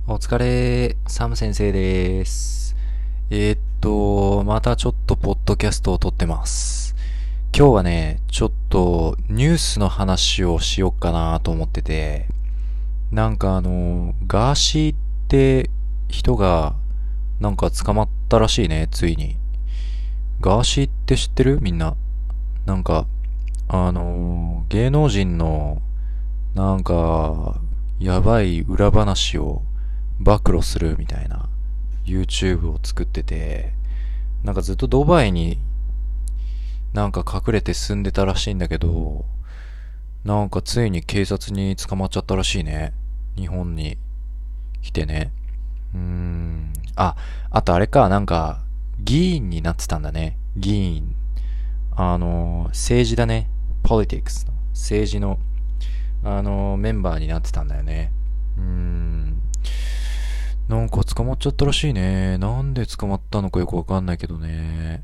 お疲れ、サム先生です。またちょっとポッドキャストを撮ってます。今日はね、ちょっとニュースの話をしよっかなと思ってて、ガーシーって人がなんか捕まったらしいね、ついに。ガーシーって知ってるみんな。なんか、芸能人のなんか、やばい裏話を暴露するみたいな YouTube を作ってて、なんかずっとドバイになんか隠れて住んでたらしいんだけど、なんかついに警察に捕まっちゃったらしいね。日本に来てね。あとあれか、なんか、議員になってたんだね。議員。政治だね。politics の。政治の、メンバーになってたんだよね。なんか捕まっちゃったらしいね。なんで捕まったのかよくわかんないけどね。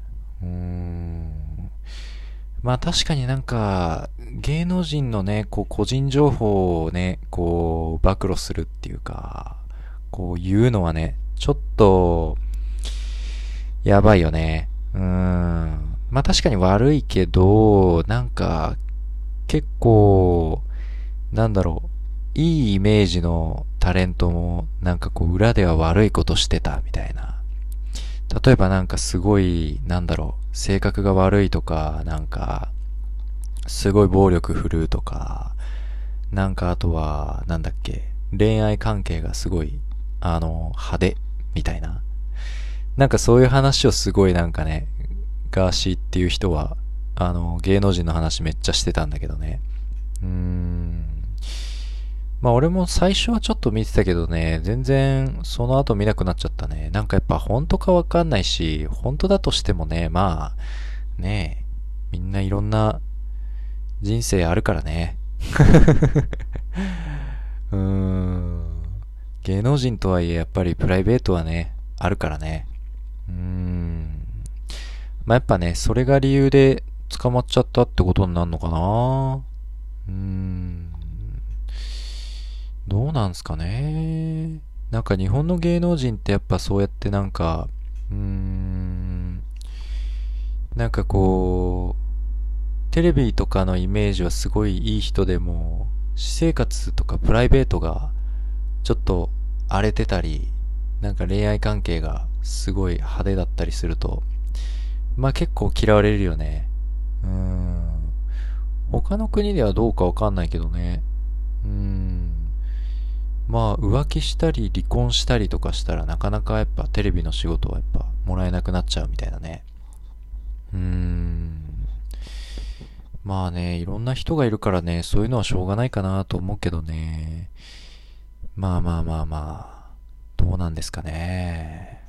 まあ確かになんか、芸能人のね、こう個人情報をね、こう暴露するっていうか、こう言うのはね、ちょっと、やばいよね。まあ確かに悪いけど、なんか、結構、なんだろう、いいイメージのタレントも、なんかこう裏では悪いことしてたみたいな。例えばなんかすごい、性格が悪いとか、なんか、すごい暴力振るうとか、なんかあとは、なんだっけ、恋愛関係がすごい、派手、みたいな。なんかそういう話をすごいなんかね、ガーシーっていう人は、芸能人の話めっちゃしてたんだけどね。まあ俺も最初はちょっと見てたけどね、全然その後見なくなっちゃったね。なんかやっぱ本当かわかんないし、本当だとしてもね、まあ、ねえ、みんないろんな人生あるからね。うーん。芸能人とはいえやっぱりプライベートはね、あるからね。まあやっぱね、それが理由で捕まっちゃったってことになるのかな。うーん。どうなんすかね。なんか日本の芸能人ってやっぱそうやってなんか、なんかこう、テレビとかのイメージはすごいいい人でも、私生活とかプライベートがちょっと荒れてたり、なんか恋愛関係がすごい派手だったりすると、まあ結構嫌われるよね。うーん。他の国ではどうかわかんないけどね。まあ浮気したり離婚したりとかしたらなかなかやっぱテレビの仕事はやっぱもらえなくなっちゃうみたいだね。うーん。まあね、いろんな人がいるからね、そういうのはしょうがないかなと思うけどね。まあまあまあまあ、どうなんですかね。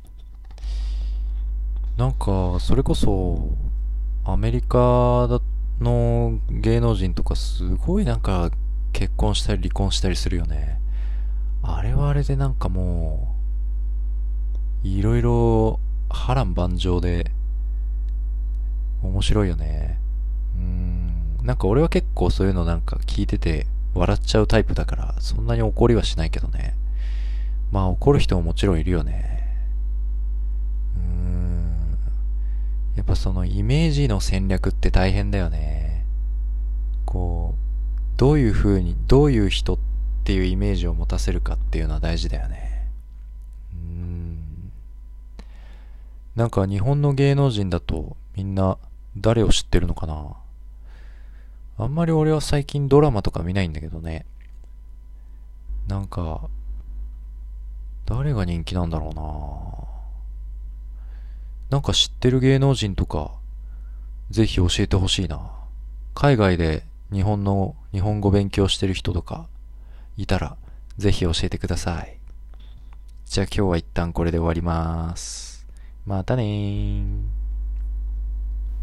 なんか、それこそ、アメリカの芸能人とかすごいなんか結婚したり離婚したりするよね。あれはあれでなんかもう、いろいろ波乱万丈で面白いよね。なんか俺は結構そういうのなんか聞いてて笑っちゃうタイプだからそんなに怒りはしないけどね。まあ怒る人ももちろんいるよね。うーん。やっぱそのイメージの戦略って大変だよね。こう、どういう風に、どういう人っていうイメージを持たせるかっていうのは大事だよね。なんか日本の芸能人だとみんな誰を知ってるのかな。あんまり俺は最近ドラマとか見ないんだけどね。なんか、誰が人気なんだろうな。なんか知ってる芸能人とか、ぜひ教えてほしいな。海外で日本語勉強してる人とかいたら、ぜひ教えてください。じゃあ今日は一旦これで終わります。またねー。